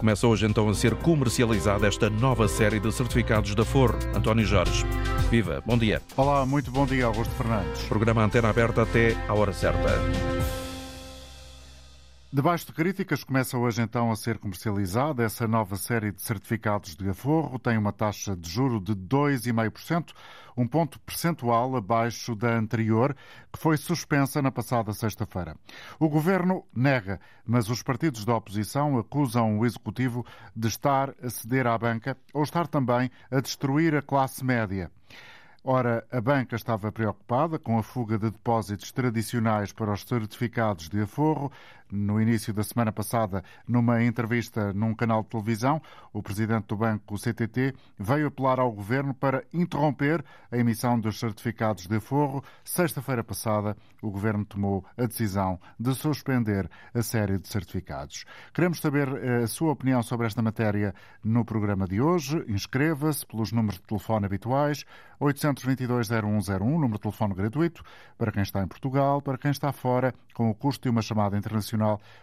Começa hoje então a ser comercializada esta nova série de certificados da Forro. António Jorge, viva, bom dia. Olá, muito bom dia, Augusto Fernandes. Programa Antena Aberta até à hora certa. Debaixo de críticas, começa hoje então a ser comercializada essa nova série de certificados de aforro. Tem uma taxa de juro de 2,5%, um ponto percentual abaixo da anterior, que foi suspensa na passada sexta-feira. O Governo nega, mas os partidos da oposição acusam o Executivo de estar a ceder à banca ou estar também a destruir a classe média. Ora, a banca estava preocupada com a fuga de depósitos tradicionais para os certificados de aforro. No início da semana passada, numa entrevista num canal de televisão, o presidente do banco, o CTT, veio apelar ao governo para interromper a emissão dos certificados de aforro. Sexta-feira passada, o governo tomou a decisão de suspender a série de certificados. Queremos saber a sua opinião sobre esta matéria no programa de hoje. Inscreva-se pelos números de telefone habituais, 822-0101, número de telefone gratuito, para quem está em Portugal, para quem está fora, com o custo de uma chamada internacional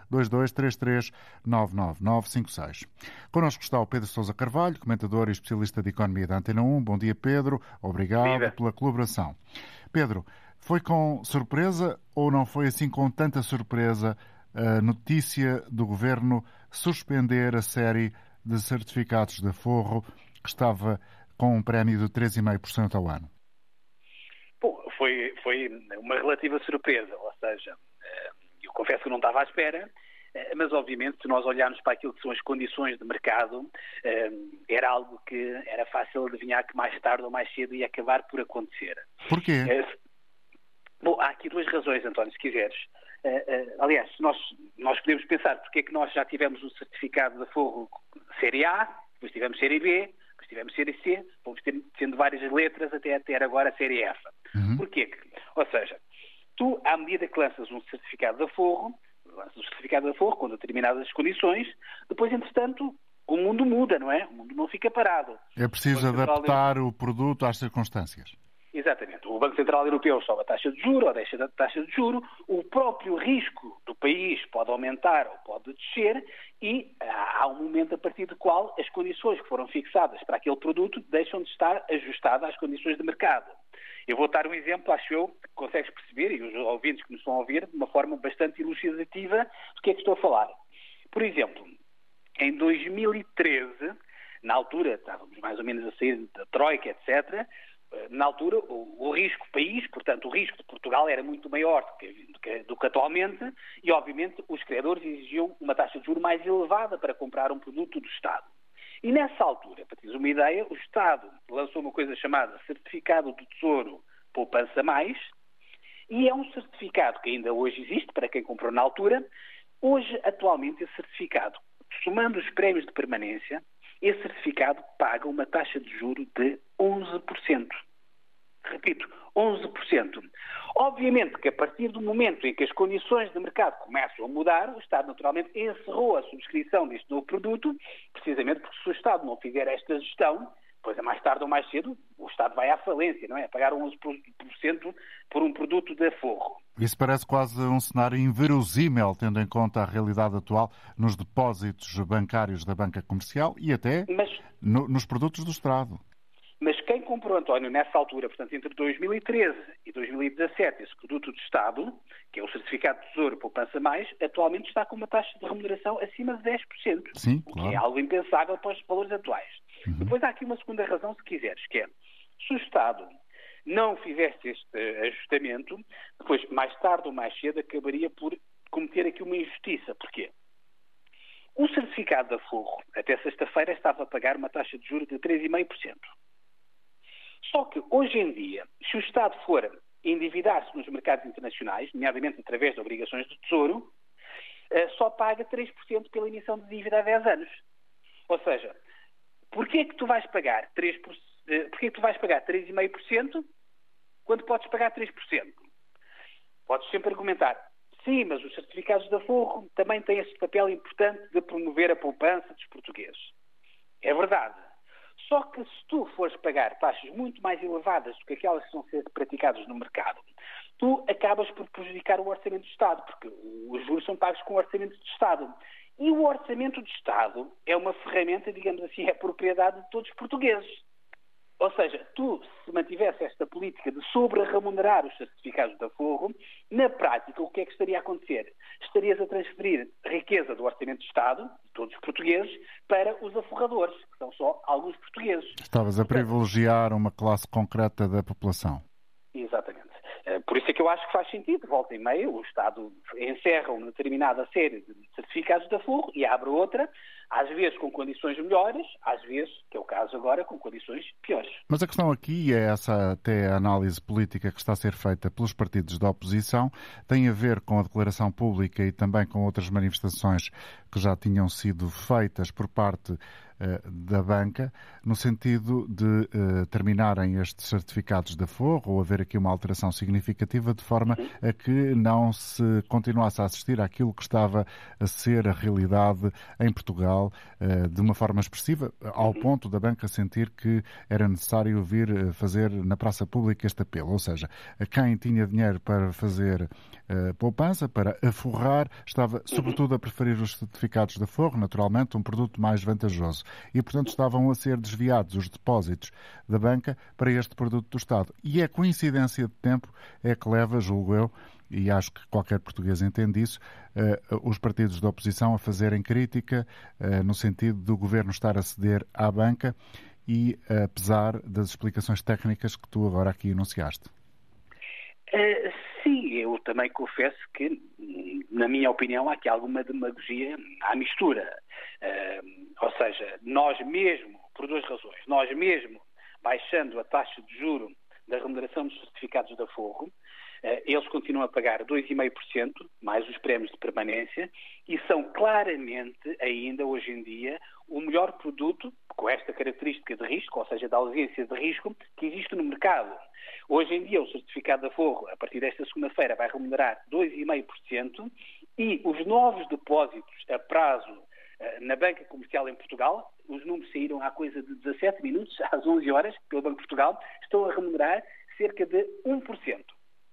2233-99956. Connosco está o Pedro Sousa Carvalho, comentador e especialista de Economia da Antena 1. Bom dia, Pedro. Obrigado pela colaboração. Pedro, foi com surpresa ou não foi assim com tanta surpresa a notícia do Governo suspender a série de certificados de aforro que estava com um prémio de 3,5% ao ano? Bom, foi uma relativa surpresa, ou seja, eu confesso que não estava à espera, mas obviamente se nós olharmos para aquilo que são as condições de mercado, era algo que era fácil adivinhar que mais tarde ou mais cedo ia acabar por acontecer. Porquê? Bom, há aqui duas razões, António, se quiseres. Aliás, nós podemos pensar porque é que nós já tivemos o certificado de aforro série A, depois tivemos série B, depois tivemos série C, vamos tendo várias letras até ter agora a série F. Porquê? Ou seja, tu, à medida que lanças um certificado de aforro, com determinadas condições, depois, entretanto, o mundo muda, não é? O mundo não fica parado. É preciso adaptar o produto às circunstâncias. Exatamente. O Banco Central Europeu sobe a taxa de juro ou deixa a taxa de juro, o próprio risco do país pode aumentar ou pode descer e há um momento a partir do qual as condições que foram fixadas para aquele produto deixam de estar ajustadas às condições de mercado. Eu vou dar um exemplo, acho eu, que consegues perceber, e os ouvintes que nos estão a ouvir, de uma forma bastante elucidativa, do que é que estou a falar. Por exemplo, em 2013, na altura, estávamos mais ou menos a sair da Troika, etc., na altura, o risco país, portanto, o risco de Portugal era muito maior do que atualmente e, obviamente, os credores exigiam uma taxa de juros mais elevada para comprar um produto do Estado. E nessa altura, para teres uma ideia, o Estado lançou uma coisa chamada Certificado do Tesouro Poupança Mais e é um certificado que ainda hoje existe para quem comprou na altura. Hoje, atualmente, esse certificado, somando os prémios de permanência, esse certificado paga uma taxa de juro de 11%. Repito, 11%. Obviamente que a partir do momento em que as condições de mercado começam a mudar, o Estado naturalmente encerrou a subscrição deste novo produto, precisamente porque se o Estado não fizer esta gestão, pois a mais tarde ou mais cedo o Estado vai à falência, não é? A pagar 11% por um produto de aforro. Isso parece quase um cenário inverosímil, tendo em conta a realidade atual nos depósitos bancários da banca comercial e até nos produtos do Estado. Mas quem comprou, António, nessa altura, portanto, entre 2013 e 2017, esse produto do Estado, que é o Certificado de Tesouro Poupança Mais, atualmente está com uma taxa de remuneração acima de 10%. Sim, o claro. que é algo impensável para os valores atuais. Depois há aqui uma segunda razão, se quiseres, que é, se o Estado não fizesse este ajustamento, depois, mais tarde ou mais cedo, acabaria por cometer aqui uma injustiça. Porquê? O certificado de aforro, até sexta-feira, estava a pagar uma taxa de juros de 3,5%. Só que, hoje em dia, se o Estado for endividar-se nos mercados internacionais, nomeadamente através de obrigações do Tesouro, só paga 3% pela emissão de dívida há 10 anos. Ou seja, porquê é que tu vais pagar 3,5% quando podes pagar 3%? Podes sempre argumentar, sim, mas os certificados de aforro também têm esse papel importante de promover a poupança dos portugueses. É verdade. Só que se tu fores pagar taxas muito mais elevadas do que aquelas que estão a ser praticadas no mercado, tu acabas por prejudicar o orçamento do Estado, porque os juros são pagos com o orçamento do Estado. E o Orçamento de Estado é uma ferramenta, digamos assim, é propriedade de todos os portugueses. Ou seja, tu, se mantivesse esta política de sobre-remunerar os certificados de aforro, na prática, o que é que estaria a acontecer? Estarias a transferir riqueza do Orçamento de Estado, de todos os portugueses, para os aforradores, que são só alguns portugueses. Estavas a privilegiar uma classe concreta da população. Exatamente. Por isso é que eu acho que faz sentido, volta e meia, o Estado encerra uma determinada série de certificados de aforro e abre outra, às vezes com condições melhores, às vezes, que é o caso agora, com condições piores. Mas a questão aqui é essa até a análise política que está a ser feita pelos partidos da oposição, tem a ver com a declaração pública e também com outras manifestações que já tinham sido feitas por parte da banca, no sentido de terminarem estes certificados de aforro ou haver aqui uma alteração significativa de forma a que não se continuasse a assistir àquilo que estava a ser a realidade em Portugal de uma forma expressiva, ao ponto da banca sentir que era necessário vir fazer na praça pública este apelo. Ou seja, quem tinha dinheiro para fazer poupança, para aforrar, estava sobretudo a preferir os certificados de aforro, naturalmente, um produto mais vantajoso. E, portanto, estavam a ser desviados os depósitos da banca para este produto do Estado. E a coincidência de tempo é que leva, julgo eu, e acho que qualquer português entende isso, os partidos da oposição a fazerem crítica no sentido do governo estar a ceder à banca e apesar das explicações técnicas que tu agora aqui enunciaste. Sim, eu também confesso que, na minha opinião, há aqui alguma demagogia à mistura. Ou seja, nós mesmo, por duas razões, nós mesmo baixando a taxa de juro da remuneração dos certificados de aforro, eles continuam a pagar 2,5% mais os prémios de permanência e são claramente, ainda hoje em dia, o melhor produto com esta característica de risco, ou seja, da ausência de risco, que existe no mercado. Hoje em dia, o certificado de aforro, a partir desta segunda-feira, vai remunerar 2,5% e os novos depósitos a prazo na Banca Comercial em Portugal, os números saíram há coisa de 17 minutos, às 11 horas, pelo Banco de Portugal, estão a remunerar cerca de 1%.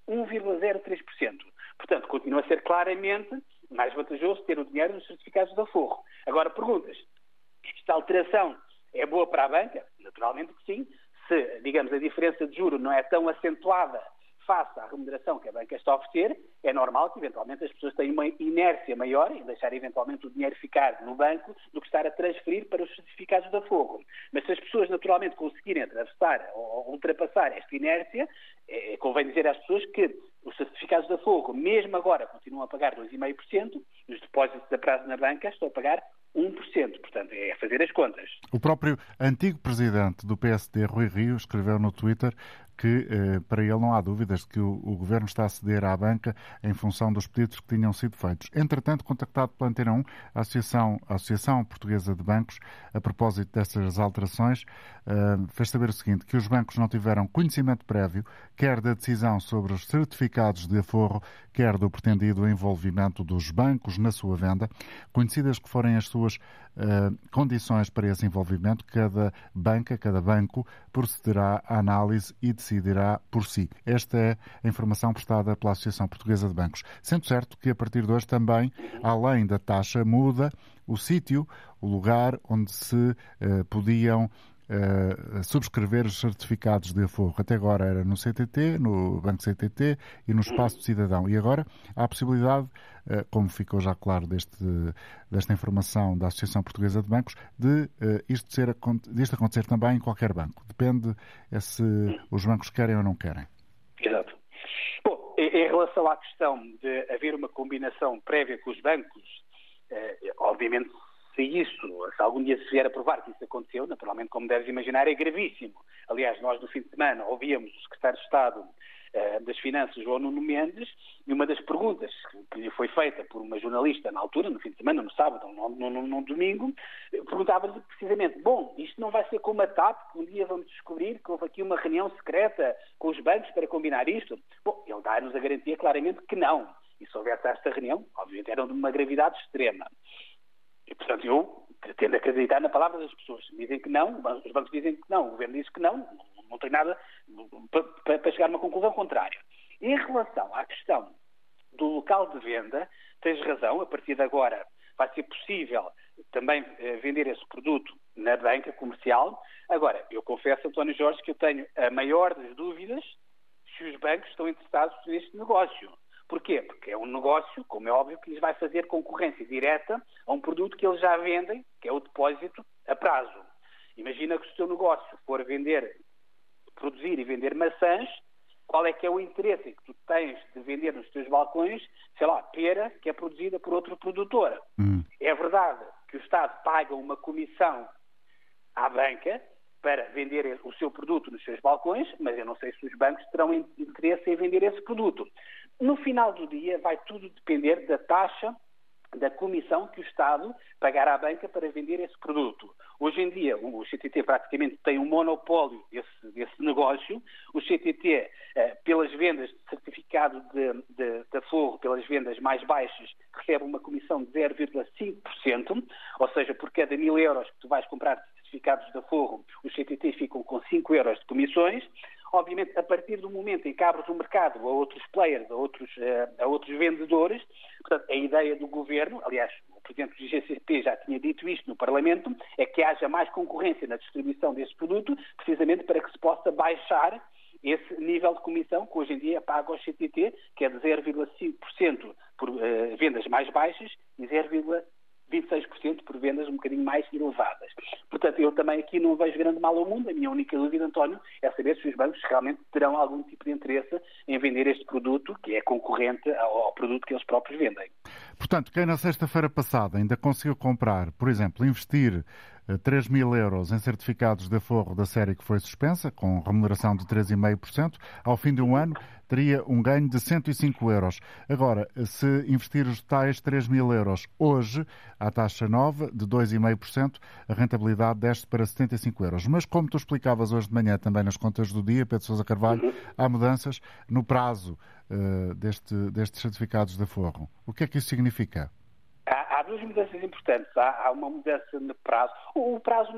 1,03%. Portanto, continua a ser claramente mais vantajoso ter o dinheiro nos certificados de aforro. Agora, perguntas, esta alteração é boa para a banca? Naturalmente que sim. Se, digamos, a diferença de juro não é tão acentuada face à remuneração que a banca está a oferecer, é normal que, eventualmente, as pessoas tenham uma inércia maior em deixar, eventualmente, o dinheiro ficar no banco do que estar a transferir para os certificados de aforro. Mas se as pessoas, naturalmente, conseguirem atravessar ou ultrapassar esta inércia, convém dizer às pessoas que os certificados de aforro, mesmo agora, continuam a pagar 2,5%, os depósitos a prazo na banca estão a pagar 1%. Portanto, é fazer as contas. O próprio antigo presidente do PSD, Rui Rio, escreveu no Twitter que para ele não há dúvidas de que o governo está a ceder à banca em função dos pedidos que tinham sido feitos. Entretanto, contactado pela Antena 1, a Associação Portuguesa de Bancos, a propósito dessas alterações, fez saber o seguinte, que os bancos não tiveram conhecimento prévio, quer da decisão sobre os certificados de aforro, quer do pretendido envolvimento dos bancos na sua venda. Conhecidas que forem as suas condições para esse envolvimento, cada banco procederá à análise e decidirá por si. Esta é a informação prestada pela Associação Portuguesa de Bancos. Sendo certo que a partir de hoje também, além da taxa, muda o sítio, o lugar onde se podiam subscrever os certificados de aforro. Até agora era no CTT, no Banco CTT e no Espaço Cidadão. E agora há a possibilidade, como ficou já claro desta informação da Associação Portuguesa de Bancos, de isto acontecer também em qualquer banco. Depende se os bancos querem ou não querem. Exato. Bom, em relação à questão de haver uma combinação prévia com os bancos, obviamente, se algum dia se vier a provar que isso aconteceu, naturalmente, como deves imaginar, é gravíssimo. Aliás, nós no fim de semana ouvíamos o secretário de Estado das Finanças, João Nuno Mendes, e uma das perguntas que lhe foi feita por uma jornalista na altura, no fim de semana, no sábado ou no domingo, perguntava-lhe precisamente, isto não vai ser como a TAP, que um dia vamos descobrir que houve aqui uma reunião secreta com os bancos para combinar isto? Ele dá-nos a garantia claramente que não. E se houvesse esta reunião, obviamente era de uma gravidade extrema. E, portanto, eu tendo a acreditar na palavra das pessoas. Dizem que não, os bancos dizem que não, o governo diz que não tem nada para chegar a uma conclusão contrária. Em relação à questão do local de venda, tens razão, a partir de agora vai ser possível também vender esse produto na banca comercial. Agora, eu confesso, António Jorge, que eu tenho a maior das dúvidas se os bancos estão interessados neste negócio. Porquê? Porque é um negócio, como é óbvio, que lhes vai fazer concorrência direta a um produto que eles já vendem, que é o depósito a prazo. Imagina que se o teu negócio for produzir e vender maçãs, qual é que é o interesse que tu tens de vender nos teus balcões, sei lá, pera, que é produzida por outro produtor. É verdade que o Estado paga uma comissão à banca para vender o seu produto nos seus balcões, mas eu não sei se os bancos terão interesse em vender esse produto. No final do dia, vai tudo depender da taxa, da comissão que o Estado pagará à banca para vender esse produto. Hoje em dia, o CTT praticamente tem um monopólio desse negócio. O CTT, pelas vendas de certificado de aforro, pelas vendas mais baixas, recebe uma comissão de 0,5%, ou seja, por cada 1.000 euros que tu vais comprar certificados de aforro, os CTT ficam com 5 euros de comissões. Obviamente, a partir do momento em que abres o mercado a outros players, a outros vendedores, portanto, a ideia do Governo, aliás, o Presidente do GCP já tinha dito isto no Parlamento, é que haja mais concorrência na distribuição desse produto, precisamente para que se possa baixar esse nível de comissão que hoje em dia é pago ao CTT, que é de 0,5% por vendas mais baixas e 0,26% por vendas um bocadinho mais elevadas. Portanto, eu também aqui não vejo grande mal ao mundo. A minha única dúvida, António, é saber se os bancos realmente terão algum tipo de interesse em vender este produto, que é concorrente ao produto que eles próprios vendem. Portanto, quem na sexta-feira passada ainda conseguiu comprar, por exemplo, investir 3.000 euros em certificados de aforro da série que foi suspensa, com remuneração de 3,5%, ao fim de um ano teria um ganho de 105 euros. Agora, se investir os tais 3.000 euros hoje, à taxa nova de 2,5%, a rentabilidade desce para 75 euros. Mas, como tu explicavas hoje de manhã também nas contas do dia, Pedro Sousa Carvalho, há mudanças no prazo destes certificados de aforro. O que é que isso significa? Há duas mudanças importantes. Há uma mudança no prazo. O prazo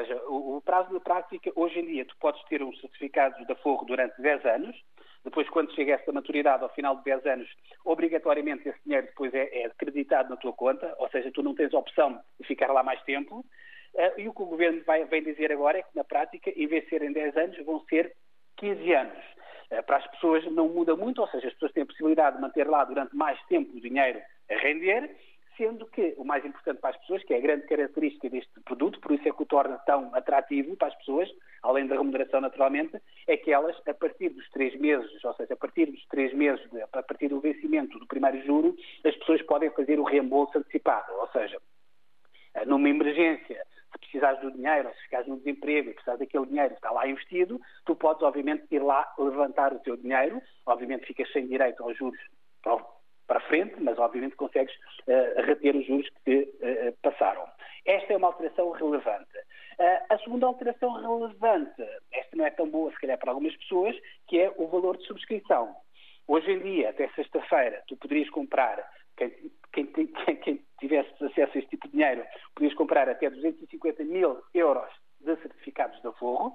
na prática, hoje em dia, tu podes ter um certificado de aforro durante 10 anos. Depois, quando chega essa maturidade, ao final de 10 anos, obrigatoriamente esse dinheiro depois é acreditado na tua conta, ou seja, tu não tens a opção de ficar lá mais tempo. E o que o Governo vem dizer agora é que, na prática, em vez de serem 10 anos, vão ser 15 anos. Para as pessoas não muda muito, ou seja, as pessoas têm a possibilidade de manter lá durante mais tempo o dinheiro a render, sendo que o mais importante para as pessoas, que é a grande característica deste produto, por isso é que o torna tão atrativo para as pessoas, além da remuneração naturalmente, é que elas, a partir dos 3 meses, ou seja, a partir dos 3 meses, a partir do vencimento do primeiro juro, as pessoas podem fazer o reembolso antecipado, ou seja, numa emergência, se precisares do dinheiro, ou se ficares no desemprego e precisares daquele dinheiro que está lá investido, tu podes, obviamente, ir lá levantar o teu dinheiro, obviamente ficas sem direito aos juros para frente, mas obviamente consegues reter os juros que passaram. Esta é uma alteração relevante. A segunda alteração relevante, esta não é tão boa se calhar para algumas pessoas, que é o valor de subscrição. Hoje em dia, até sexta-feira, tu poderias comprar, quem tivesse acesso a este tipo de dinheiro, poderias comprar até 250.000 euros de certificados de aforro.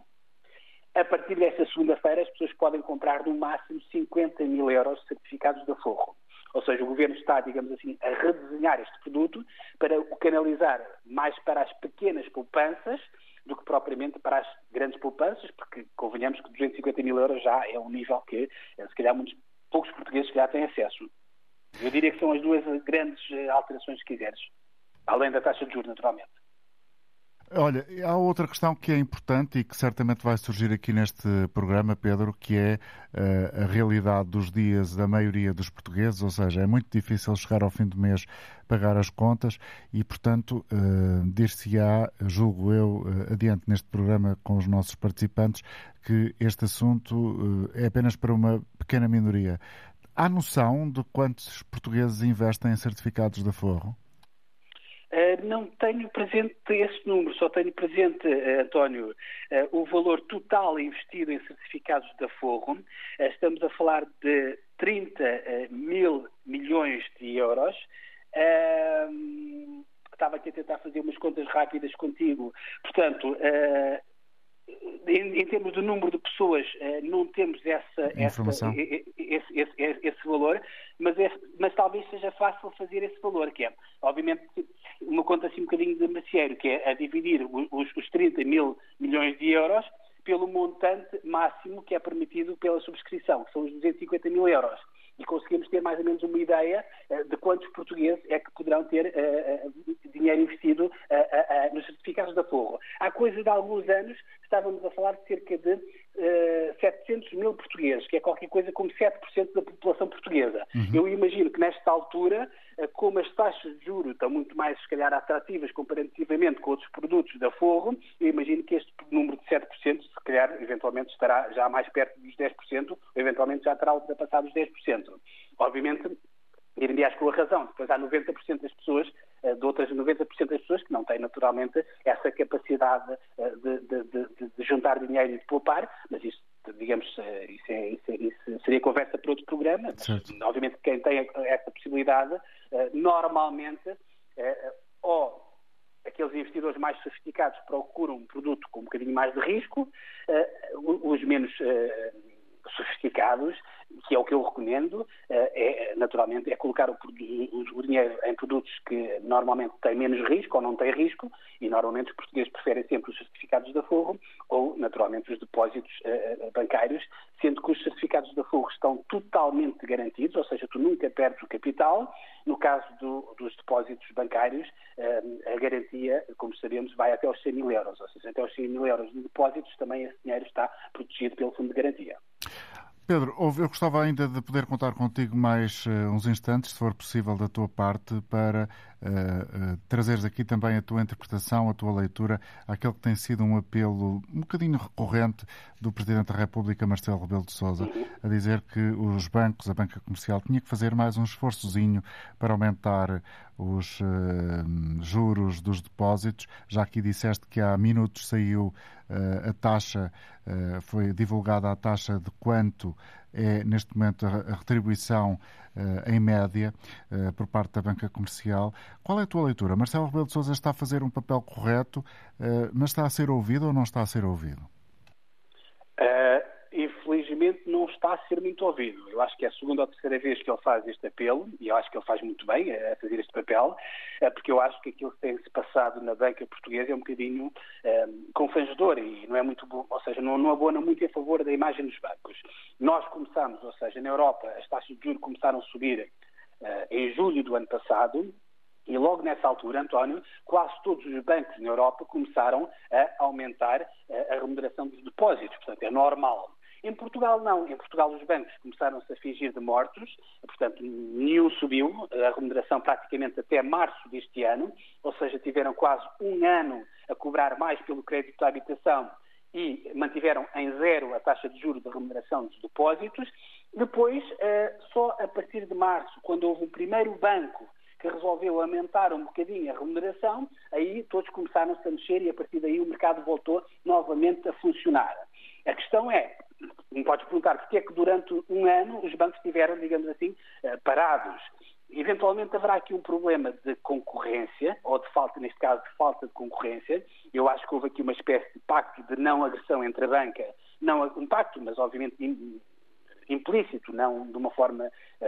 A partir desta segunda-feira, as pessoas podem comprar no máximo 50.000 euros de certificados de aforro. Ou seja, o Governo está, digamos assim, a redesenhar este produto para o canalizar mais para as pequenas poupanças do que propriamente para as grandes poupanças, porque convenhamos que 250.000 euros já é um nível que, se calhar, poucos portugueses já têm acesso. Eu diria que são as duas grandes alterações, se quiseres, além da taxa de juros, naturalmente. Olha, há outra questão que é importante e que certamente vai surgir aqui neste programa, Pedro, que é a realidade dos dias da maioria dos portugueses, ou seja, é muito difícil chegar ao fim do mês pagar as contas e, portanto, dir-se-á, julgo eu, adiante neste programa com os nossos participantes, que este assunto é apenas para uma pequena minoria. Há noção de quantos portugueses investem em certificados de aforro? Não tenho presente esse número, só tenho presente, António, o valor total investido em certificados de aforro. Estamos a falar de 30 mil milhões de euros. Estava aqui a tentar fazer umas contas rápidas contigo. Portanto, em termos de número de pessoas, não temos esse valor, mas talvez seja fácil fazer esse valor, que é, obviamente, uma conta assim um bocadinho de macieiro, que é a dividir os 30 mil milhões de euros pelo montante máximo que é permitido pela subscrição, que são os 250 mil euros. E conseguimos ter mais ou menos uma ideia de quantos portugueses é que poderão ter dinheiro investido nos certificados da Forro. Há coisa de alguns anos estávamos a falar de cerca de 700 mil portugueses, que é qualquer coisa como 7% da população portuguesa. Eu imagino que nesta altura, como as taxas de juros estão muito mais, se calhar, atrativas comparativamente com outros produtos da Forro, eu imagino que este número de 7%, se calhar, eventualmente estará já mais perto dos 10%, ou eventualmente já terá ultrapassado os 10%. Obviamente, ir-me-ás com a razão. Depois há 90% das pessoas, de outras 90% das pessoas que não têm naturalmente essa capacidade de juntar dinheiro e de poupar, mas isso, digamos, isso seria conversa para outro programa. Mas, obviamente, quem tem essa possibilidade, normalmente, ou aqueles investidores mais sofisticados procuram um produto com um bocadinho mais de risco, os menos sofisticados, que é o que eu recomendo, naturalmente, é colocar o dinheiro em produtos que normalmente têm menos risco ou não têm risco, e normalmente os portugueses preferem sempre os certificados da Forro ou, naturalmente, os depósitos bancários, sendo que os certificados da Forro estão totalmente garantidos, ou seja, tu nunca perdes o capital. No caso dos depósitos bancários, a garantia, como sabemos, vai até aos 100 mil euros, ou seja, até aos 100 mil euros de depósitos também esse dinheiro está protegido pelo Fundo de Garantia. Pedro, eu gostava ainda de poder contar contigo mais uns instantes, se for possível da tua parte, para trazeres aqui também a tua interpretação, a tua leitura, àquele que tem sido um apelo um bocadinho recorrente do Presidente da República, Marcelo Rebelo de Sousa, a dizer que os bancos, a banca comercial, tinha que fazer mais um esforçozinho para aumentar os juros dos depósitos. Já aqui disseste que há minutos saiu a taxa, foi divulgada a taxa de quanto é neste momento a retribuição em média por parte da banca comercial. Qual é a tua leitura? Marcelo Rebelo de Sousa está a fazer um papel correto, mas está a ser ouvido ou não está a ser ouvido? Infelizmente não está a ser muito ouvido. Eu acho que é a segunda ou terceira vez que ele faz este apelo, e eu acho que ele faz muito bem a fazer este papel, porque eu acho que aquilo que tem-se passado na banca portuguesa é um bocadinho confrangedor e não é muito bom, ou seja, não abona muito em favor da imagem dos bancos. Nós começamos, ou seja, na Europa as taxas de juros começaram a subir em julho do ano passado, e logo nessa altura, António, quase todos os bancos na Europa começaram a aumentar a remuneração dos depósitos, portanto é normal. Em Portugal não. Em Portugal os bancos começaram-se a fingir de mortos, portanto nenhum subiu, a remuneração praticamente até março deste ano, ou seja, tiveram quase um ano a cobrar mais pelo crédito à habitação e mantiveram em zero a taxa de juros da remuneração dos depósitos. Depois, só a partir de março, quando houve um primeiro banco que resolveu aumentar um bocadinho a remuneração, aí todos começaram-se a mexer e a partir daí o mercado voltou novamente a funcionar. A questão é, me podes perguntar porque é que durante um ano os bancos estiveram, digamos assim, parados. Eventualmente haverá aqui um problema de concorrência, ou de falta, neste caso, de falta de concorrência. Eu acho que houve aqui uma espécie de pacto de não agressão entre a banca, não um pacto, mas obviamente implícito, não de uma forma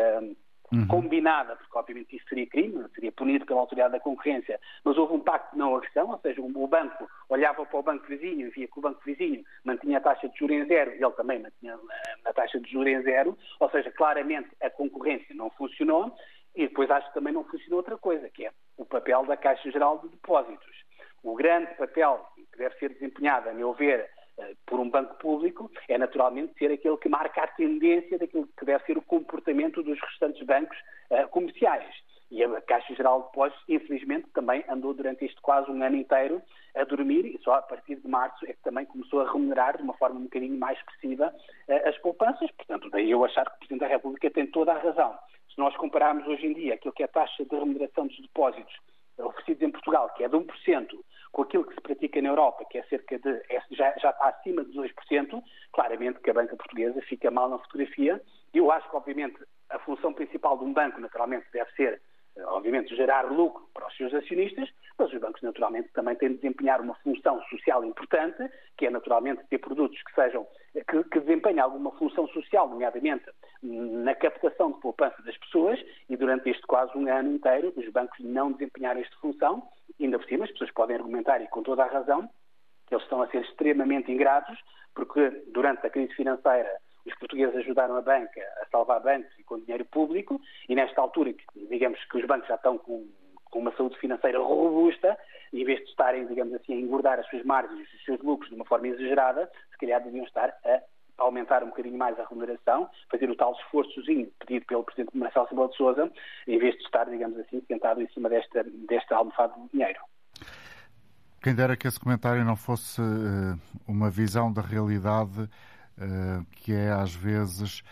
combinada, porque obviamente isso seria crime, seria punido pela autoridade da concorrência, mas houve um pacto de não agressão, ou seja, o banco olhava para o banco vizinho e via que o banco vizinho mantinha a taxa de juros em zero e ele também mantinha a taxa de juros em zero, ou seja, claramente a concorrência não funcionou. E depois acho que também não funcionou outra coisa, que é o papel da Caixa Geral de Depósitos. O grande papel que deve ser desempenhado, a meu ver, por um banco público, é naturalmente ser aquele que marca a tendência daquilo que deve ser o comportamento dos restantes bancos comerciais. E a Caixa Geral de Depósitos, infelizmente, também andou durante este quase um ano inteiro a dormir e só a partir de março é que também começou a remunerar de uma forma um bocadinho mais expressiva as poupanças. Portanto, daí eu achar que o Presidente da República tem toda a razão. Se nós compararmos hoje em dia aquilo que é a taxa de remuneração dos depósitos oferecidos em Portugal, que é de 1%, com aquilo que se pratica na Europa, que é cerca de, já está acima de 2%, claramente que a banca portuguesa fica mal na fotografia. Eu acho que, obviamente, a função principal de um banco, naturalmente, deve ser, obviamente, gerar lucro para os seus acionistas, Mas os bancos, naturalmente, também têm de desempenhar uma função social importante, que é, naturalmente, ter produtos que desempenhem alguma função social, nomeadamente na captação de poupança das pessoas, e durante este quase um ano inteiro os bancos não desempenharam esta função. Ainda por cima, as pessoas podem argumentar, e com toda a razão, que eles estão a ser extremamente ingratos, porque durante a crise financeira os portugueses ajudaram a banca a salvar bancos e com dinheiro público, e nesta altura, digamos que os bancos já estão com uma saúde financeira robusta, em vez de estarem, digamos assim, a engordar as suas margens e os seus lucros de uma forma exagerada, se calhar deviam estar a aumentar um bocadinho mais a remuneração, fazer o tal esforçozinho pedido pelo Presidente Marcelo Rebelo de Sousa, em vez de estar, digamos assim, sentado em cima desta almofada de dinheiro. Quem dera que esse comentário não fosse uma visão da realidade que é às vezes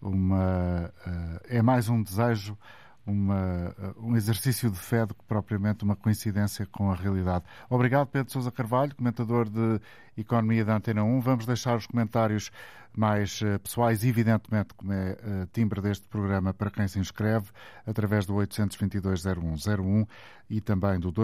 é mais um desejo, um exercício de fé do que propriamente uma coincidência com a realidade. Obrigado, Pedro Sousa Carvalho, comentador de Economia da Antena 1. Vamos deixar os comentários mais pessoais, evidentemente, como é timbre deste programa, para quem se inscreve, através do 822-0101 e também do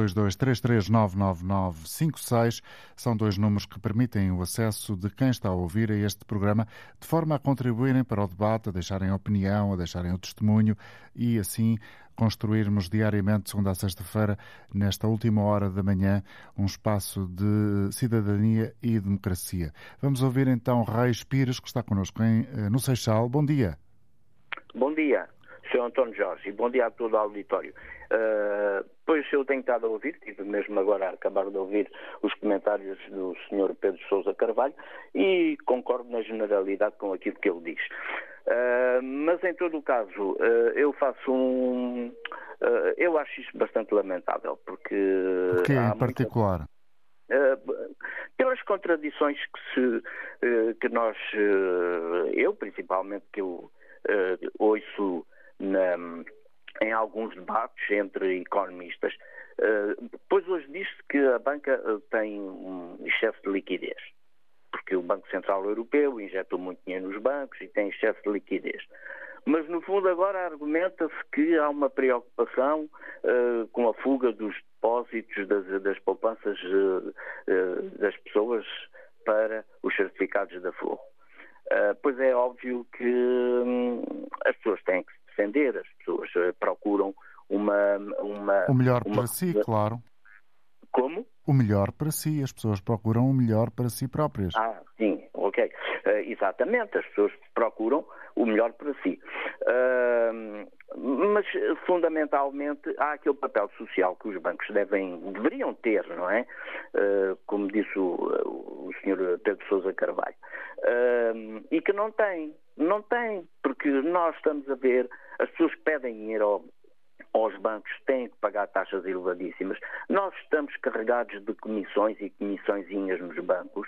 2233-99956. São dois números que permitem o acesso de quem está a ouvir a este programa, de forma a contribuírem para o debate, a deixarem opinião, a deixarem o testemunho e, assim, construirmos diariamente, segunda a sexta-feira, nesta última hora da manhã, um espaço de cidadania e democracia. Vamos ouvir então Reis Pires, que está connosco no Seixal. Bom dia. Bom dia, Sr. António Jorge, e bom dia a todo o auditório. Pois eu tenho estado a ouvir, tive mesmo agora a acabar de ouvir os comentários do Sr. Pedro Sousa Carvalho e concordo na generalidade com aquilo que ele diz. Mas em todo o caso, eu faço eu acho isto bastante lamentável, porque... Por que em particular? Pelas contradições que nós, eu principalmente, que eu ouço em alguns debates entre economistas, pois hoje diz-se que a banca tem um excesso de liquidez, porque o Banco Central Europeu injetou muito dinheiro nos bancos e tem excesso de liquidez. Mas, no fundo, agora argumenta-se que há uma preocupação com a fuga dos depósitos, das poupanças das pessoas para os certificados da Forro. Pois é óbvio que as pessoas têm que se defender, as pessoas procuram o melhor para si, claro. Como? O melhor para si. As pessoas procuram o melhor para si próprias. Sim, ok. Exatamente, as pessoas procuram o melhor para si. Mas, fundamentalmente, há aquele papel social que os bancos deveriam ter, não é? Como disse o Sr. Pedro Sousa Carvalho. E que não tem. Não tem, porque nós estamos a ver as pessoas que pedem dinheiro aos bancos têm que pagar taxas elevadíssimas. Nós estamos carregados de comissões e comissõezinhas nos bancos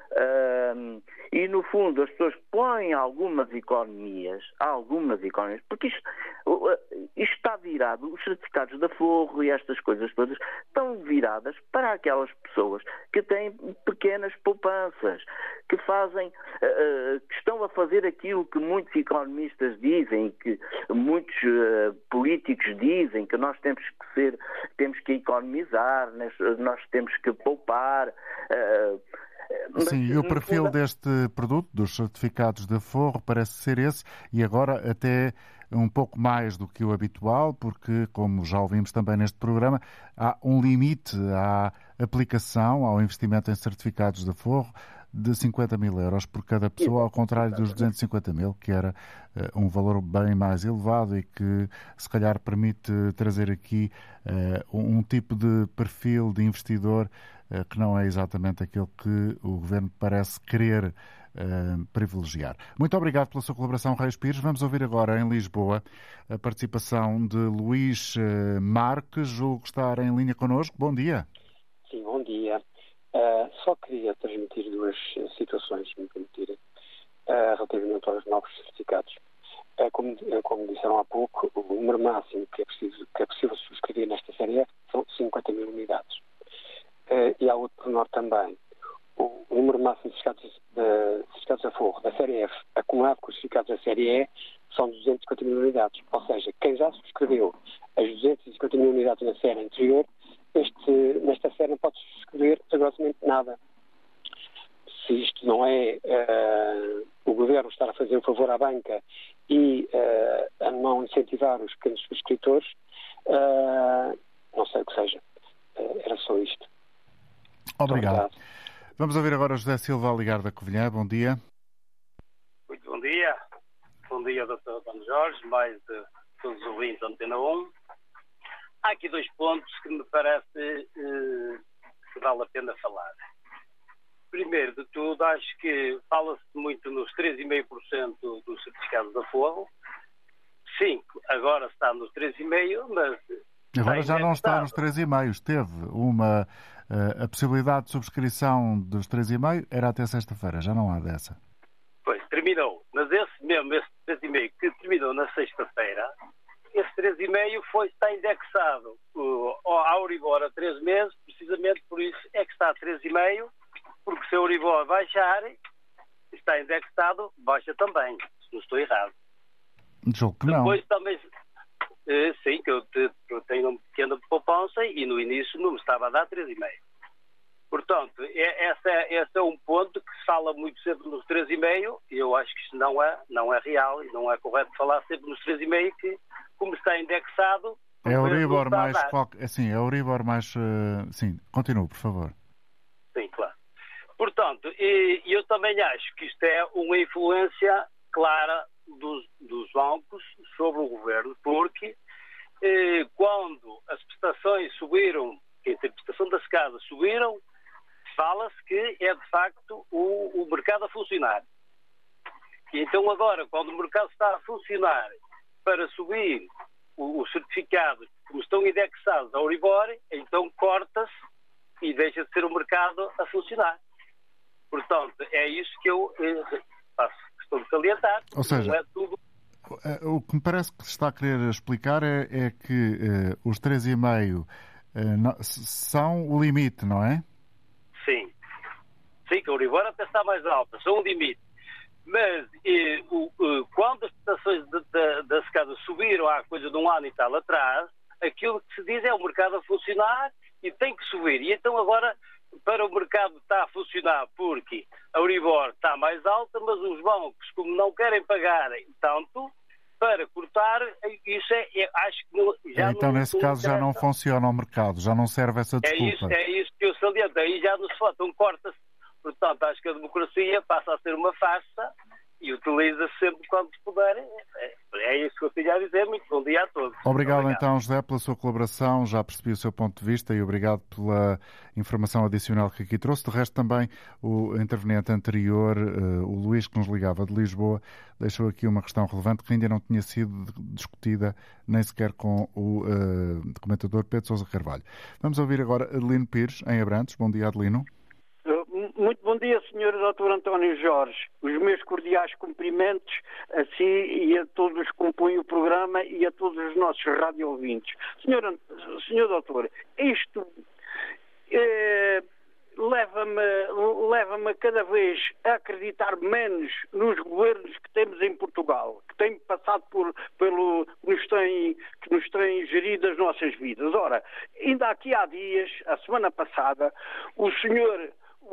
e, no fundo, as pessoas põem algumas economias, porque isto está virado, os certificados da Forro e estas coisas todas estão viradas para aquelas pessoas que têm pequenas poupanças, que estão a fazer aquilo que muitos economistas dizem, que muitos políticos dizem, que nós temos que economizar, nós temos que poupar. Sim, e o perfil deste produto, dos certificados de Forro, parece ser esse, e agora até um pouco mais do que o habitual, porque, como já ouvimos também neste programa, há um limite à aplicação, ao investimento em certificados de Forro, de 50 mil euros por cada pessoa, ao contrário dos 250 mil, que era um valor bem mais elevado e que, se calhar, permite trazer aqui um tipo de perfil de investidor que não é exatamente aquele que o Governo parece querer privilegiar. Muito obrigado pela sua colaboração, Reis Pires. Vamos ouvir agora, em Lisboa, a participação de Luís Marques, julgo estar em linha connosco. Bom dia. Sim, bom dia. Só queria transmitir duas situações, se me permitirem, relativamente aos novos certificados. Como disseram há pouco, o número máximo que é possível subscrever nesta série F são 50 mil unidades. E há outro pormenor também. O número máximo de certificados a Forro da série F, acumulado com os certificados da série E, são 250 mil unidades. Ou seja, quem já subscreveu as 250 mil unidades na série anterior nesta série não pode escrever rigorosamente nada. Se isto não é o governo estar a fazer um favor à banca e a não incentivar os pequenos subscritores, não sei o que seja. Era só isto. Obrigado. Vamos ouvir agora o José Silva a ligar da Covilhã. Bom dia. Muito bom dia. Bom dia, Dr. António Jorge, mais de todos os ouvintes da Antena 1. Há aqui 2 pontos que me parece que vale a pena falar. Primeiro de tudo, acho que fala-se muito nos 3,5% dos certificados de aforro. Sim, agora está nos 3,5%, mas... Agora já não está nos 3,5%. Teve a possibilidade de subscrição dos 3,5%, era até sexta-feira, já não há dessa. Pois, terminou. Mas esse 3,5% que terminou na sexta-feira, esse 3,5% está indexado ao Euribor a 3 meses, precisamente por isso é que está a 3,5%, porque se o Euribor baixar, está indexado, baixa também, se não estou errado. Julgo que não. Depois também, sim, que eu tenho uma pequena poupança e no início não me estava a dar 3,5%. Portanto, esse é um ponto que se fala muito sempre nos 3,5%, e eu acho que isto não é real e não é correto falar sempre nos 3,5%, que como está indexado... É o Euribor mais... Sim, é o Euribor mais... Sim, continue, por favor. Sim, claro. Portanto, eu também acho que isto é uma influência clara dos bancos sobre o governo, porque quando as prestações subiram, a prestação das casas subiram, fala-se que é de facto o mercado a funcionar. E então agora, quando o mercado está a funcionar para subir os certificados, como estão indexados ao Euribor, então corta-se e deixa de ser o mercado a funcionar. Portanto, é isso que eu faço questão de salientar. Ou seja, não é tudo... o que me parece que se está a querer explicar é que os 3,5% são o limite, não é? Sim. Sim, que o Euribor até está mais alto, são o limite. Mas quando as prestações das casas subiram há coisa de um ano e tal atrás, aquilo que se diz é o mercado a funcionar e tem que subir. E então agora, para o mercado estar a funcionar, porque a Euribor está mais alta, mas os bancos, como não querem pagar tanto, para cortar, isso acho que já então, não... nesse caso, já não funciona o mercado, já não serve essa desculpa. É isso que eu saliento, aí já não se fala, então corta-se. Portanto, acho que a democracia passa a ser uma farsa e utiliza-se sempre quando se puder. É isso que eu tinha a dizer. Muito bom dia a todos. Obrigado então, José, pela sua colaboração. Já percebi o seu ponto de vista e obrigado pela informação adicional que aqui trouxe. De resto, também o interveniente anterior, o Luís, que nos ligava de Lisboa, deixou aqui uma questão relevante que ainda não tinha sido discutida nem sequer com o comentador Pedro Sousa Carvalho. Vamos ouvir agora Adelino Pires, em Abrantes. Bom dia, Adelino. Muito bom dia, Sr. Dr. António Jorge. Os meus cordiais cumprimentos a si e a todos que compõem o programa e a todos os nossos radio-ouvintes. Senhor Doutor, isto leva-me cada vez a acreditar menos nos governos que temos em Portugal, que têm passado que nos têm gerido as nossas vidas. Ora, ainda aqui há dias, a semana passada, o senhor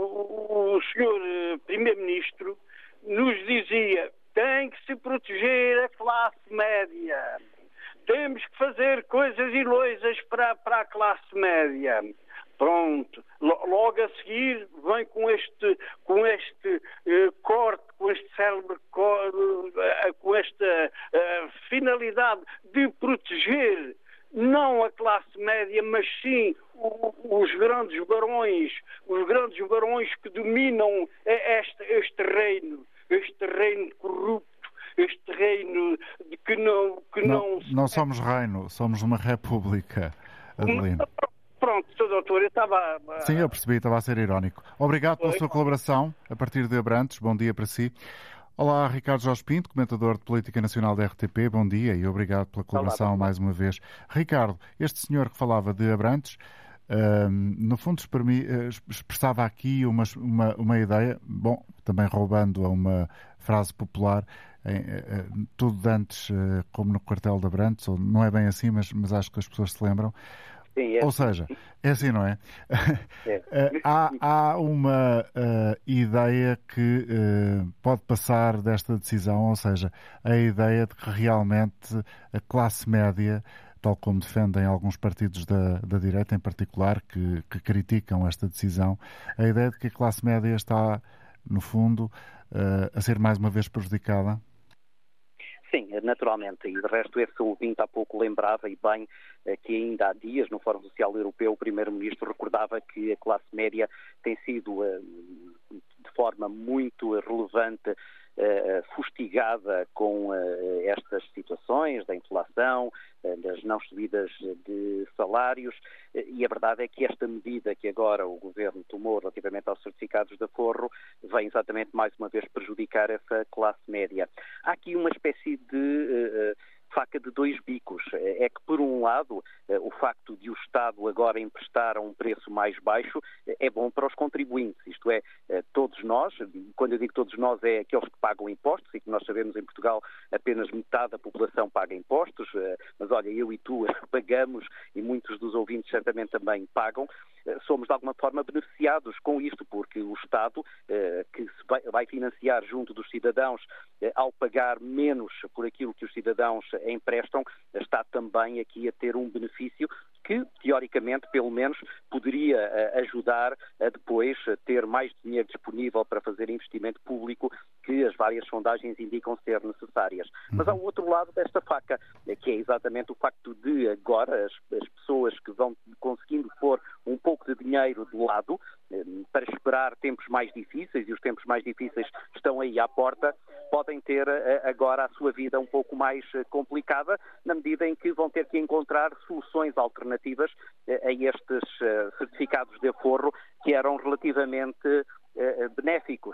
Primeiro-Ministro nos dizia: tem que se proteger a classe média, temos que fazer coisas e loisas para a classe média. Pronto, logo a seguir vem com este corte, com este célebre com esta finalidade de proteger não a classe média, mas sim os grandes barões que dominam este reino corrupto, este reino de que não... Não somos reino, somos uma república, Adelino. Pronto, Sr. Doutor, eu estava... Sim, eu percebi, estava a ser irónico. Obrigado pela sua colaboração, a partir de Abrantes. Bom dia para si. Olá, Ricardo Jorge Pinto, comentador de Política Nacional da RTP. Bom dia e obrigado pela colaboração mais uma vez. Ricardo, este senhor que falava de Abrantes, no fundo expressava aqui uma ideia, bom, também roubando a uma frase popular, tudo de antes como no quartel de Abrantes, ou não é bem assim, mas acho que as pessoas se lembram. Sim, é. Ou seja, é assim, não é? Há uma ideia que pode passar desta decisão, ou seja, a ideia de que realmente a classe média, tal como defendem alguns partidos da direita em particular, que criticam esta decisão, a ideia de que a classe média está, no fundo, a ser mais uma vez prejudicada? Sim, naturalmente. E de resto, esse ouvinte há pouco lembrava, e bem, que ainda há dias, no Fórum Social Europeu, o Primeiro-Ministro recordava que a classe média tem sido, de forma muito relevante, fustigada com estas situações da inflação, das não subidas de salários, e a verdade é que esta medida que agora o Governo tomou relativamente aos certificados de aforro vem exatamente mais uma vez prejudicar essa classe média. Há aqui uma espécie de faca de dois bicos. É que, por um lado, o facto de o Estado agora emprestar a um preço mais baixo é bom para os contribuintes, isto é, todos nós, quando eu digo todos nós é aqueles que pagam impostos, e que nós sabemos em Portugal apenas metade da população paga impostos, mas olha, eu e tu pagamos e muitos dos ouvintes certamente também pagam, somos de alguma forma beneficiados com isto, porque o Estado, que se vai financiar junto dos cidadãos ao pagar menos por aquilo que os cidadãos emprestam, está também aqui a ter um benefício que, teoricamente, pelo menos, poderia ajudar a depois ter mais dinheiro disponível para fazer investimento público que as várias sondagens indicam ser necessárias. Mas há o outro lado desta faca, que é exatamente o facto de agora as pessoas que vão conseguindo pôr um pouco de dinheiro de lado para esperar tempos mais difíceis, e os tempos mais difíceis estão aí à porta, podem ter agora a sua vida um pouco mais complicada, na medida em que vão ter que encontrar soluções alternativas a estes certificados de aforro que eram relativamente benéficos.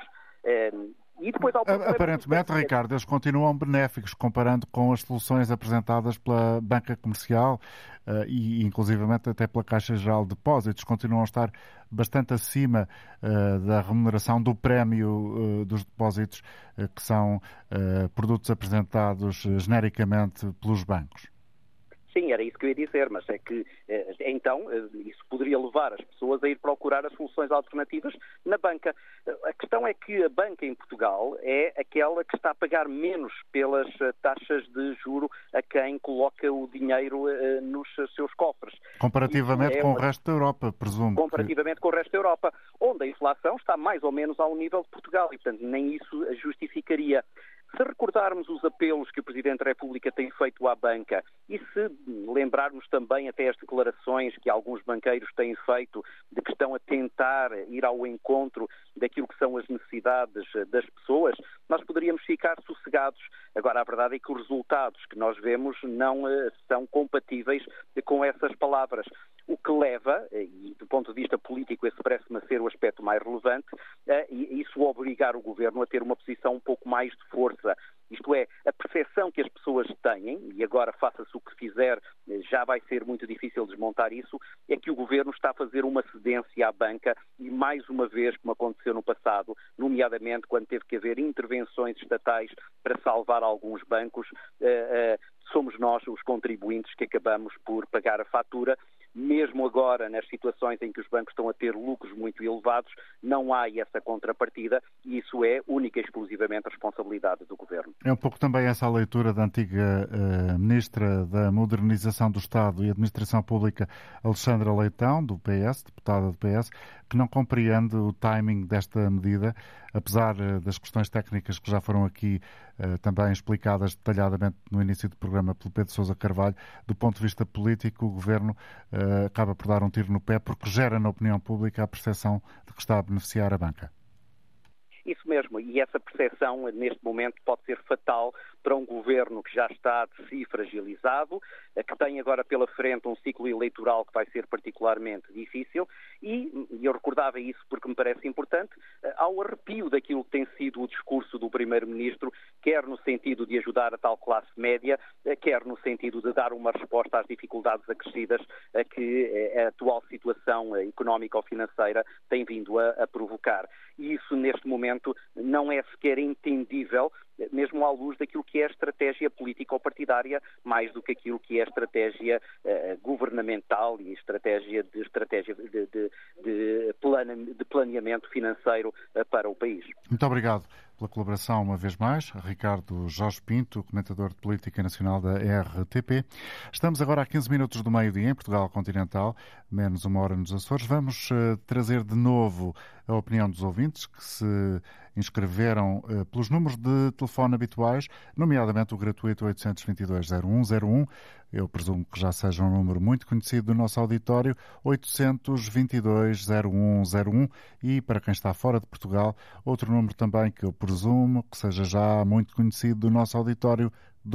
E depois aparentemente, Ricardo, eles continuam benéficos comparando com as soluções apresentadas pela banca comercial e inclusivamente até pela Caixa Geral de Depósitos. Continuam a estar bastante acima da remuneração do prémio dos depósitos, que são produtos apresentados genericamente pelos bancos. Sim, era isso que eu ia dizer, mas é que, então, isso poderia levar as pessoas a ir procurar as soluções alternativas na banca. A questão é que a banca em Portugal é aquela que está a pagar menos pelas taxas de juro a quem coloca o dinheiro nos seus cofres. Comparativamente com o resto da Europa, presumo. Comparativamente com o resto da Europa, onde a inflação está mais ou menos ao nível de Portugal e, portanto, nem isso a justificaria. Se recordarmos os apelos que o Presidente da República tem feito à banca e se lembrarmos também até as declarações que alguns banqueiros têm feito de que estão a tentar ir ao encontro daquilo que são as necessidades das pessoas, nós poderíamos ficar sossegados. Agora, a verdade é que os resultados que nós vemos não são compatíveis com essas palavras. O que leva, e do ponto de vista político esse parece-me ser o aspecto mais relevante, e isso obrigar o Governo a ter uma posição um pouco mais de força. Isto é, a percepção que as pessoas têm, e agora faça-se o que fizer, já vai ser muito difícil desmontar isso, é que o Governo está a fazer uma cedência à banca e, mais uma vez, como aconteceu no passado, nomeadamente quando teve que haver intervenções estatais para salvar alguns bancos, somos nós, os contribuintes, que acabamos por pagar a fatura. Mesmo agora, nas situações em que os bancos estão a ter lucros muito elevados, não há essa contrapartida e isso é única e exclusivamente a responsabilidade do Governo. É um pouco também essa a leitura da antiga Ministra da Modernização do Estado e Administração Pública, Alexandra Leitão, do PS, deputada do PS, que não compreende o timing desta medida, apesar das questões técnicas que já foram aqui também explicadas detalhadamente no início do programa pelo Pedro Sousa Carvalho. Do ponto de vista político, o Governo acaba por dar um tiro no pé porque gera na opinião pública a percepção de que está a beneficiar a banca. Isso mesmo, e essa percepção neste momento pode ser fatal para um governo que já está de si fragilizado, que tem agora pela frente um ciclo eleitoral que vai ser particularmente difícil e eu recordava isso porque me parece importante, ao arrepio daquilo que tem sido o discurso do Primeiro-Ministro, quer no sentido de ajudar a tal classe média, quer no sentido de dar uma resposta às dificuldades acrescidas a que a atual situação económica ou financeira tem vindo a provocar. E isso, neste momento, não é sequer entendível mesmo à luz daquilo que é a estratégia político-partidária, mais do que aquilo que é a estratégia governamental e estratégia de planeamento financeiro para o país. Muito obrigado pela colaboração uma vez mais. Ricardo Jorge Pinto, comentador de Política Nacional da RTP. Estamos agora a 15 minutos do meio-dia em Portugal Continental, menos uma hora nos Açores. Vamos trazer de novo a opinião dos ouvintes que se inscreveram pelos números de telefone habituais, nomeadamente o gratuito 822-0101. Eu presumo que já seja um número muito conhecido do nosso auditório, 822-0101. E, para quem está fora de Portugal, outro número também que eu presumo que seja já muito conhecido do nosso auditório,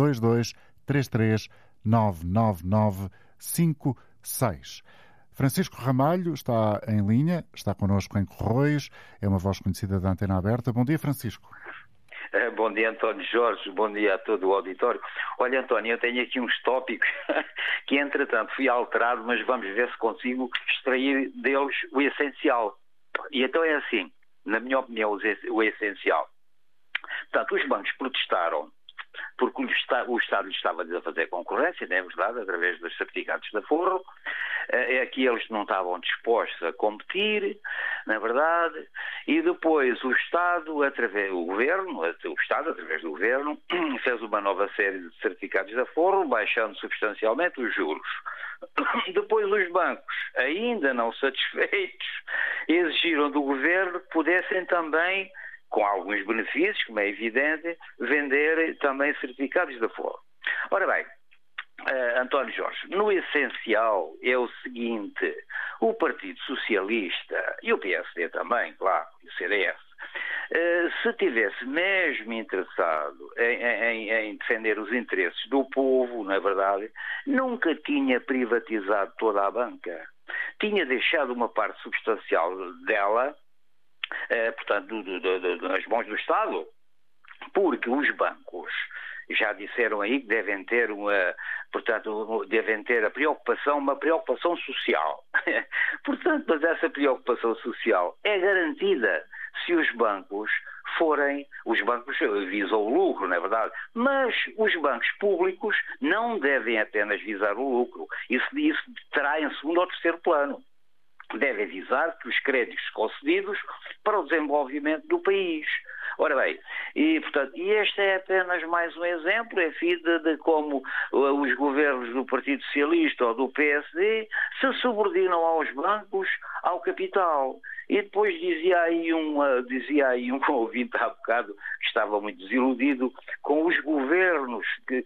22-33-99956. Francisco Ramalho está em linha, está connosco em Corroios, é uma voz conhecida da Antena Aberta. Bom dia, Francisco. Bom dia, António Jorge, bom dia a todo o auditório. Olha, António, eu tenho aqui uns tópicos que, entretanto, fui alterado, mas vamos ver se consigo extrair deles o essencial. E então é assim, na minha opinião, o essencial. Portanto, os bancos protestaram porque o Estado lhes estava a fazer concorrência, não é verdade, através dos certificados de aforro, é que eles não estavam dispostos a competir, na verdade, e depois o Estado, através do Governo, fez uma nova série de certificados de aforro, baixando substancialmente os juros. Depois os bancos, ainda não satisfeitos, exigiram do Governo que pudessem também, com alguns benefícios, como é evidente, vender também certificados de aforro. Ora bem, António Jorge, no essencial é o seguinte: o Partido Socialista e o PSD também, claro, e o CDS, se tivesse mesmo interessado em defender os interesses do povo, na verdade, nunca tinha privatizado toda a banca. Tinha deixado uma parte substancial dela, portanto, nas mãos do Estado, porque os bancos já disseram aí que devem ter uma preocupação social. Portanto, mas essa preocupação social é garantida se os bancos visam o lucro, não é verdade? Mas os bancos públicos não devem apenas visar o lucro. Isso terá em segundo ou terceiro plano. Deve visar que os créditos concedidos para o desenvolvimento do país. Ora bem, e este é apenas mais um exemplo, de como os governos do Partido Socialista ou do PSD se subordinam aos bancos, ao capital. E depois dizia aí um ouvinte há bocado que estava muito desiludido com os governos,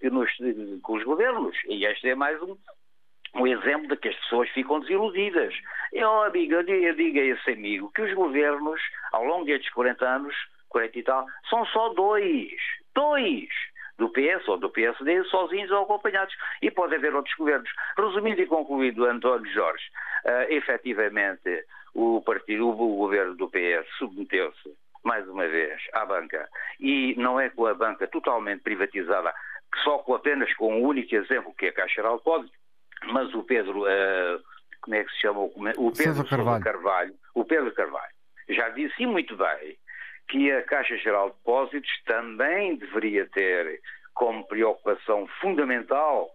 e este é mais um exemplo de que as pessoas ficam desiludidas. Eu digo a esse amigo que os governos, ao longo destes 40 anos, 40 e tal, são só dois do PS ou do PSD, sozinhos ou acompanhados, e pode haver outros governos. Resumindo e concluído, António Jorge, efetivamente o governo do PS submeteu-se mais uma vez à banca, e não é com a banca totalmente privatizada, apenas com o único exemplo que é a Caixa Geral de Depósitos, mas o Pedro, como é que se chama? O Pedro Carvalho. O Pedro Carvalho já disse muito bem que a Caixa Geral de Depósitos também deveria ter como preocupação fundamental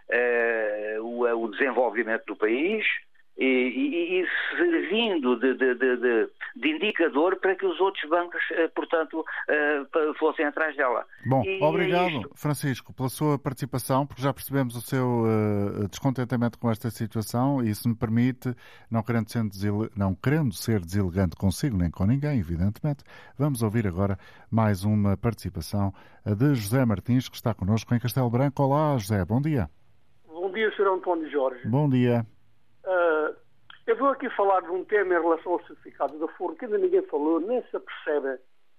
o desenvolvimento do país e servindo de indicador para que os outros bancos, portanto, fossem atrás dela. Bom, obrigado, Francisco, pela sua participação, porque já percebemos o seu descontentamento com esta situação e, se me permite, não querendo ser deselegante consigo nem com ninguém, evidentemente, vamos ouvir agora mais uma participação de José Martins, que está connosco em Castelo Branco. Olá, José, bom dia. Bom dia, Sr. António Jorge. Bom dia. Eu vou aqui falar de um tema em relação aos certificados de aforro que ainda ninguém falou, nem se apercebe.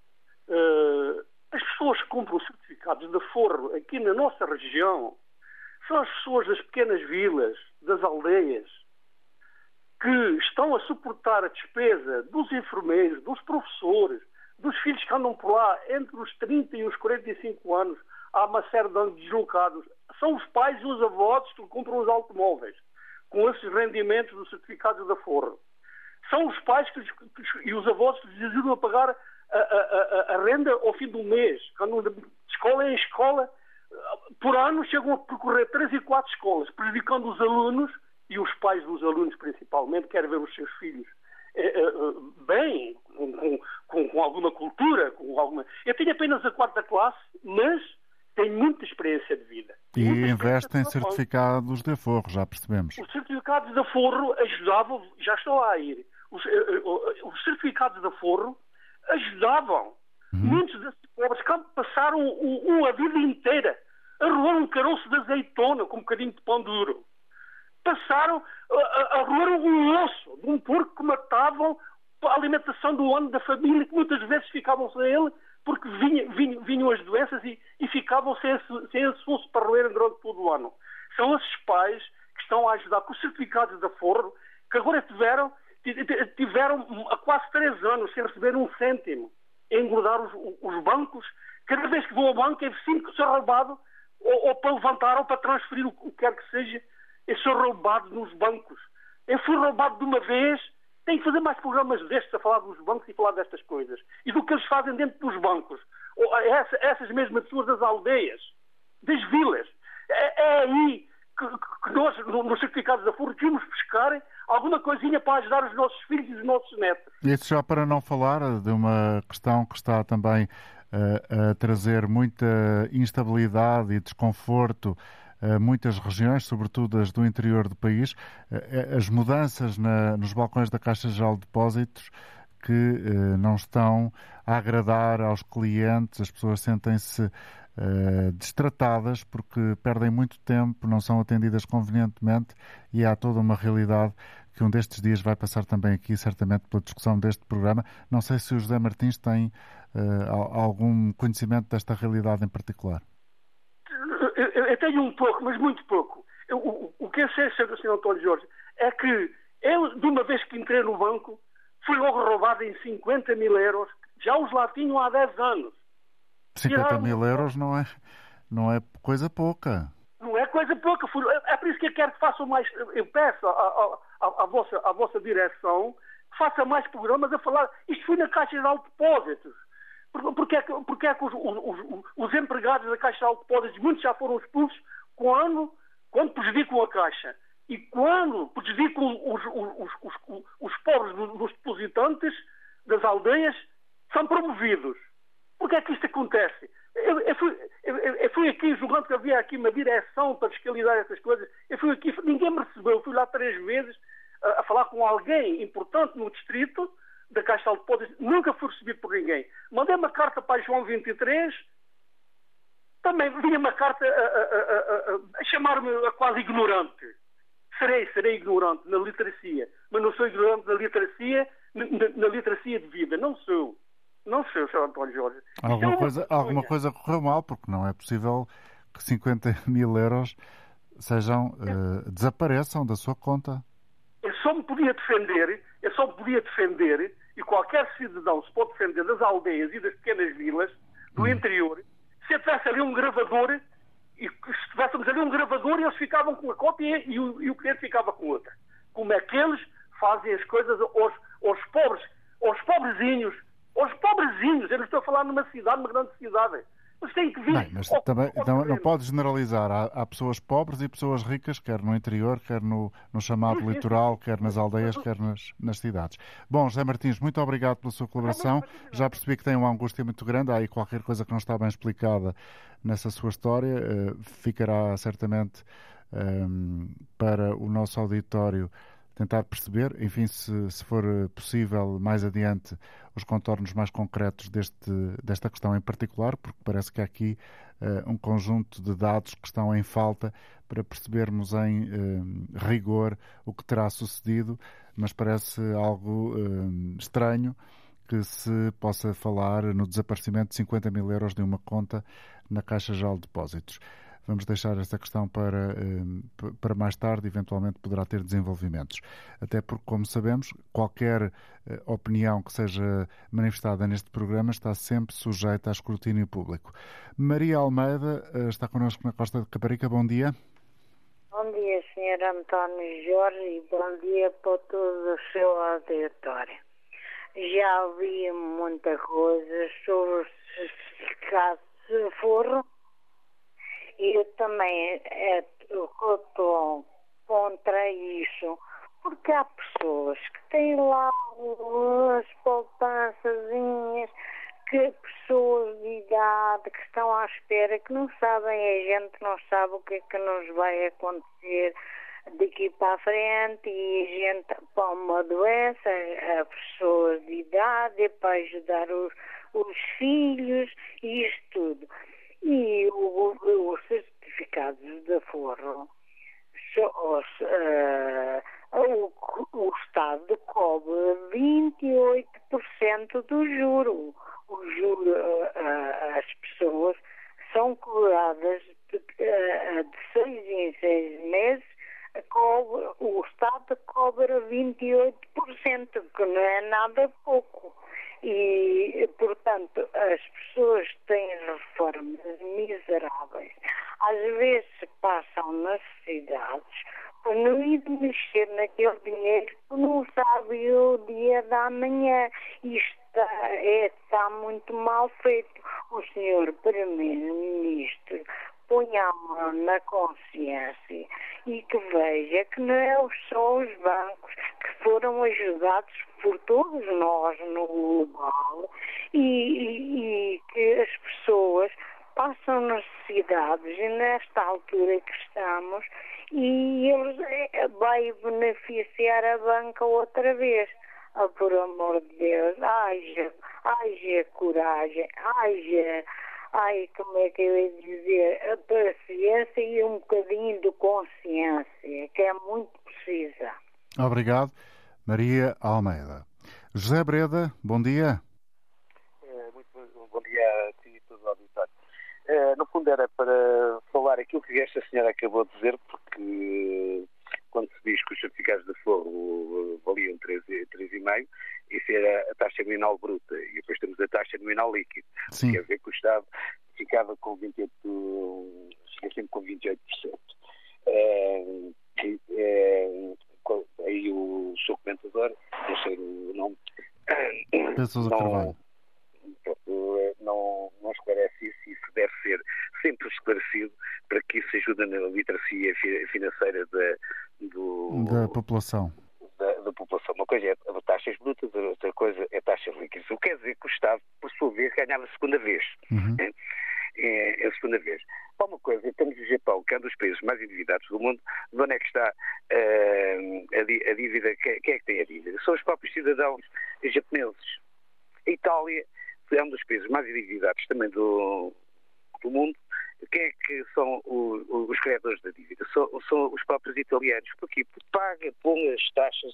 As pessoas que compram certificados de aforro aqui na nossa região são as pessoas das pequenas vilas, das aldeias, que estão a suportar a despesa dos enfermeiros, dos professores, dos filhos que andam por lá entre os 30 e os 45 anos. Há uma série de anos deslocados. São os pais e os avós que compram os automóveis com esses rendimentos do certificado de aforro. São os pais e os avós que lhes ajudam a pagar a renda ao fim do mês, escola em escola, por ano chegam a percorrer 3 e 4 escolas, prejudicando os alunos e os pais dos alunos principalmente, querem ver os seus filhos bem, com alguma cultura, com alguma... Eu tenho apenas a 4ª classe, mas tenho muita experiência de vida. E investe em certificados de aforro, já percebemos. Os certificados de aforro ajudavam, já estou a ir, os certificados de aforro ajudavam. Muitos desses pobres que passaram a vida inteira a roer um caroço de azeitona com um bocadinho de pão duro. Passaram a roer um osso de um porco que matavam para a alimentação do ano da família, que muitas vezes ficavam sem ele porque vinham as doenças e ficavam sem esse osso para roer durante todo o ano. São esses pais que estão a ajudar com os certificados de aforro, que agora tiveram há quase 3 anos sem receber um cêntimo, a engordar os bancos. Cada vez que vão ao banco é sinto que sou roubado, ou para levantar ou para transferir o que quer que seja, eu sou roubado nos bancos. Eu fui roubado de uma vez. Tenho que fazer mais programas destes a falar dos bancos e falar destas coisas. E do que eles fazem dentro dos bancos. Essas mesmas pessoas das aldeias, das vilas. É aí que nós, nos certificados da FUR, tínhamos pescar alguma coisinha para ajudar os nossos filhos e os nossos netos. Isso já para não falar de uma questão que está também a trazer muita instabilidade e desconforto a muitas regiões, sobretudo as do interior do país, as mudanças nos balcões da Caixa Geral de Depósitos que não estão a agradar aos clientes, as pessoas sentem-se destratadas porque perdem muito tempo, não são atendidas convenientemente e há toda uma realidade que um destes dias vai passar também aqui, certamente pela discussão deste programa. Não sei se o José Martins tem algum conhecimento desta realidade em particular. Eu tenho um pouco, mas muito pouco. O que eu sei, Sr. António Jorge, é que eu, de uma vez que entrei no banco, fui logo roubado em 50 mil euros. Já os lá tinham há 10 anos. 50 mil euros não é coisa pouca. Não é coisa pouca. É por isso que eu quero que façam mais... Eu peço à vossa direção que faça mais programas a falar... Isto foi na Caixa Geral de Depósitos. Porque é que os empregados da Caixa Geral de Depósitos, muitos já foram expulsos quando prejudicam a Caixa. E quando prejudicam os pobres dos depositantes das aldeias, são promovidos. Porquê é que isto acontece? Eu fui aqui, julgando que havia aqui uma direção para fiscalizar essas coisas, eu fui aqui, ninguém me recebeu, eu fui lá 3 vezes a falar com alguém importante no distrito da Caixa Geral de Depósitos, nunca fui recebido por ninguém. Mandei uma carta para João 23, também vinha uma carta a chamar-me a quase ignorante. Serei ignorante na literacia, mas não sou ignorante na literacia de vida. Não sou, Sr. António Jorge. Alguma coisa correu mal, porque não é possível que 50 mil euros desapareçam da sua conta. Eu só me podia defender, e qualquer cidadão se pode defender das aldeias e das pequenas vilas do interior, se eu tivesse ali um gravador, e se tivéssemos ali um gravador, eles ficavam com uma cópia e o cliente ficava com outra. Como é que eles fazem as coisas aos pobrezinhos, eu não estou a falar numa cidade, numa grande cidade. Mas tem que vir. Bem, mas também não pode generalizar. Há pessoas pobres e pessoas ricas, quer no interior, quer no chamado litoral, quer nas aldeias, quer nas cidades. Bom, José Martins, muito obrigado pela sua colaboração. Já percebi que tem uma angústia muito grande. Há aí qualquer coisa que não está bem explicada nessa sua história. Ficará certamente para o nosso auditório tentar perceber, enfim, se for possível, mais adiante, os contornos mais concretos desta questão em particular, porque parece que há aqui um conjunto de dados que estão em falta para percebermos em rigor o que terá sucedido, mas parece algo estranho que se possa falar no desaparecimento de 50 mil euros de uma conta na Caixa Geral de Depósitos. Vamos deixar esta questão para mais tarde, eventualmente poderá ter desenvolvimentos. Até porque, como sabemos, qualquer opinião que seja manifestada neste programa está sempre sujeita a escrutínio público. Maria Almeida está connosco na Costa de Caparica. Bom dia. Bom dia, Sr. António Jorge, e bom dia para todo o seu auditório. Já ouvi muita coisa sobre os certificados de Forro. E eu também estou contra isso, porque há pessoas que têm lá as poupançazinhas, que pessoas de idade que estão à espera, que não sabem, a gente não sabe o que é que nos vai acontecer daqui para a frente, e a gente para uma doença, a pessoas de idade, é para ajudar os filhos e isto tudo. E os certificados de aforro, o Estado cobre 28% do juro. O juro, as pessoas são cobradas de 6 em 6 meses, o Estado cobra 28%, que não é nada pouco. E, portanto, as pessoas têm reformas miseráveis. Às vezes passam necessidades para não ir mexer naquele dinheiro que não sabe o dia da manhã. Isto está muito mal feito. O senhor Primeiro-Ministro ponha a mão na consciência e que veja que não é só os bancos que foram ajudados por todos nós no global e que as pessoas passam necessidades e nesta altura que estamos e eles vai beneficiar a banca outra vez. Oh, por amor de Deus, haja coragem, como é que eu ia dizer, a paciência e um bocadinho de consciência, que é muito precisa. Obrigado, Maria Almeida. José Breda, bom dia. Muito bom dia a ti e a todos os auditórios. No fundo era para falar aquilo que esta senhora acabou de dizer, porque quando se diz que os certificados de aforro valiam 3,5, isso era a taxa nominal bruta, e depois temos a taxa nominal líquida. Sim. Quer dizer que o Estado ficava com 28%. Fica sempre com 28%. Aí o seu comentador, não sei o nome, não esclarece isso, e isso deve ser sempre esclarecido para que isso ajude na literacia financeira da população. Da população. Uma coisa é taxas brutas, outra coisa é taxas líquidas. O que quer dizer que o Estado, por sua vez, ganhava a segunda vez. Uhum. É a segunda vez. Para uma coisa, temos o Japão, que é um dos países mais endividados do mundo. De onde é que está a dívida? Quem é que tem a dívida? São os próprios cidadãos japoneses. A Itália é um dos países mais endividados também do mundo. Quem é que são os criadores da dívida? São os próprios italianos. Porquê? Porque paga as taxas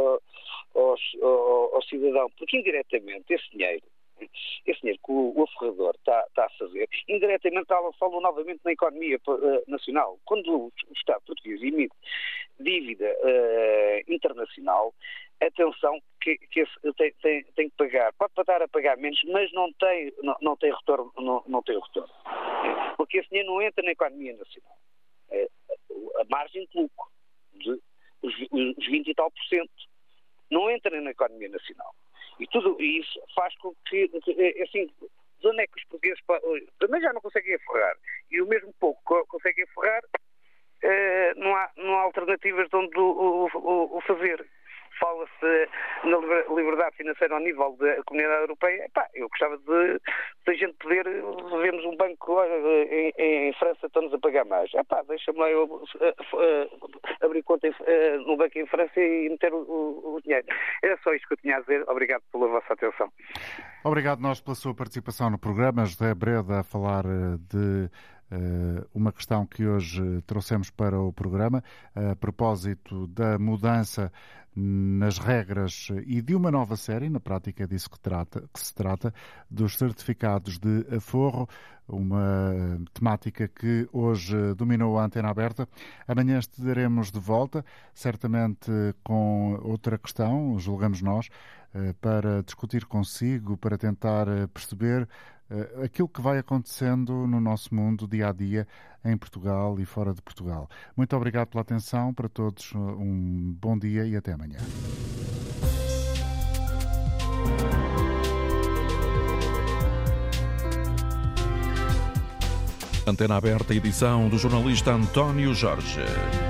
ao cidadão. Porque indiretamente esse dinheiro que o aforrador está a fazer, indiretamente está a lançá-lo novamente na economia nacional. Quando o Estado português emite dívida internacional, atenção que tem que pagar. Pode estar a pagar menos, mas não tem retorno. Não tem retorno. Porque esse dinheiro não entra na economia nacional. A margem de lucro, os 20 e tal %, não entra na economia nacional. E tudo isso faz com que assim, de onde é que os portugueses também já não conseguem aforrar, e o mesmo pouco conseguem aforrar, não há alternativas de onde o fazer. Fala-se na liberdade financeira ao nível da Comunidade Europeia. Eu gostava de a gente poder, vemos um banco em França, estamos a pagar mais. Deixa-me lá eu abrir conta no banco em França e meter o dinheiro. Era só isto que eu tinha a dizer. Obrigado pela vossa atenção. Obrigado nós pela sua participação no programa. José Breda a falar de uma questão que hoje trouxemos para o programa, a propósito da mudança nas regras e de uma nova série, na prática é disso que se trata, dos certificados de aforro, uma temática que hoje dominou a Antena Aberta. Amanhã estaremos de volta, certamente com outra questão, julgamos nós, para discutir consigo, para tentar perceber aquilo que vai acontecendo no nosso mundo dia a dia em Portugal e fora de Portugal. Muito obrigado pela atenção, para todos um bom dia e até amanhã. Antena Aberta, edição do jornalista António Jorge.